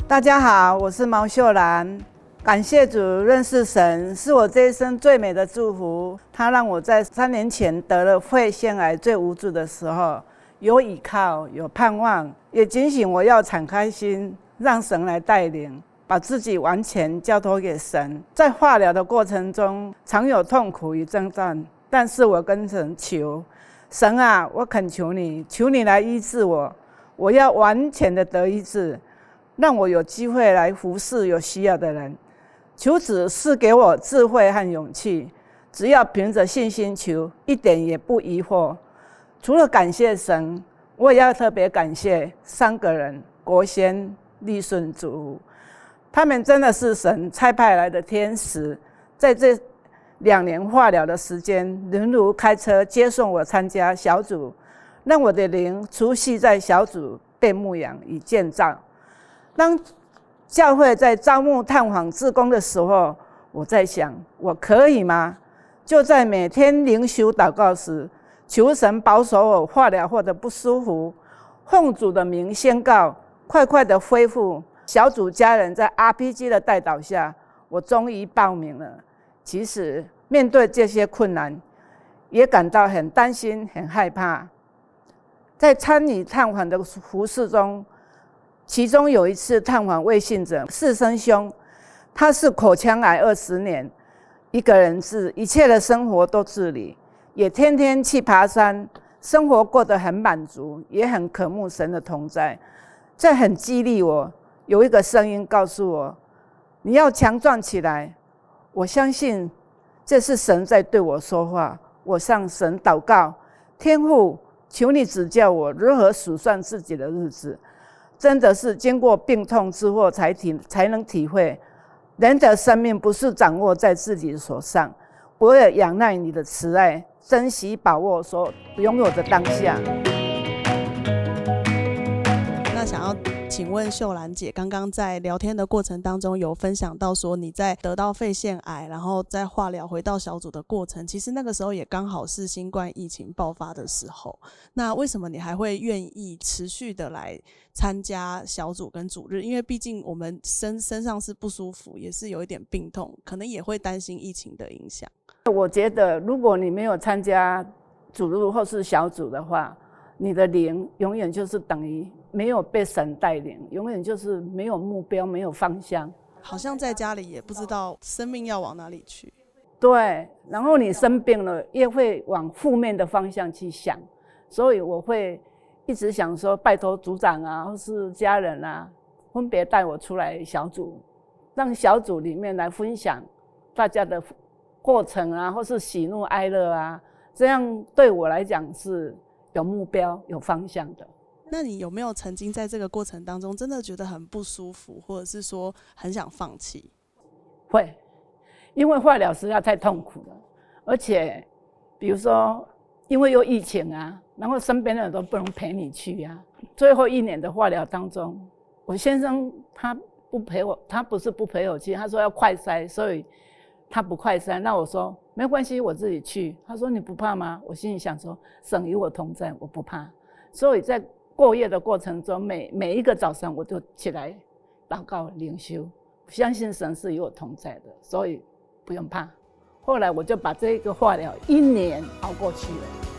大家好，我是毛秀兰。感谢主，认识神是我这一生最美的祝福。他让我在3年前得了肺腺癌最无助的时候，有依靠，有盼望，也警醒我要敞开心，让神来带领，把自己完全交托给神。在化疗的过程中，常有痛苦与征战，但是我跟神求，神啊，我恳求你，求你来医治我，我要完全的得医治，让我有机会来服侍有需要的人。求主赐给我智慧和勇气，只要凭着信心求，一点也不疑惑。除了感谢神，我也要特别感谢3个人：国先、立顺、主，他们真的是神差派来的天使，在这2年化疗的时间，轮流开车接送我参加小组，让我的灵储蓄在小组被牧养与建造。当教会在招募探访志工的时候，我在想，我可以吗？就在每天灵修祷告时，求神保守我化疗后的不舒服，奉主的名宣告，快快的恢复。小组家人在 RPG 的带导下，我终于报名了。其实面对这些困难，也感到很担心、很害怕。在参与探访的服事中，其中有一次探访未信者四生兄，他是口腔癌20年，一个人治，一切的生活都自理，也天天去爬山，生活过得很满足，也很渴慕神的同在。这很激励我，有一个声音告诉我，你要强壮起来。我相信这是神在对我说话。我向神祷告，天父，求你指教我如何数算自己的日子。真的是经过病痛之后才能体会，人的生命不是掌握在自己手上。我也仰赖你的慈爱，珍惜把握所拥有的当下。 那想要请问秀兰姐，刚刚在聊天的过程当中有分享到说，你在得到肺腺癌，然后在化疗回到小组的过程，其实那个时候也刚好是新冠疫情爆发的时候。那为什么你还会愿意持续的来参加小组跟主日？因为毕竟我们身上是不舒服，也是有一点病痛，可能也会担心疫情的影响。 我觉得如果你没有参加主日或是小组的话，你的灵永远就是等于没有被神带领，永远就是没有目标，没有方向， 好像在家里也不知道生命要往哪里去。 对，然后你生病了也会往负面的方向去想，所以我会一直想说，拜托组长啊或是家人啊，分别带我出来小组，让小组里面来分享大家的过程啊，或是喜怒哀乐啊，这样对我来讲是有目标有方向的。 那你有没有曾经在这个过程当中真的觉得很不舒服，或者是说很想放弃？ 会，因为化疗实在太痛苦了，而且比如说因为有疫情啊，然后身边的人都不能陪你去啊。最后1年的化疗当中，我先生他不陪我，他不是不陪我去，他说要快筛，所以他不快筛。那我说没关系，我自己去。他说你不怕吗？我心里想说，神与我同在，我不怕。所以在过夜的过程中，每一个早上我就起来祷告灵修，相信神是与我同在的，所以不用怕。后来我就把这个化疗1年熬过去了。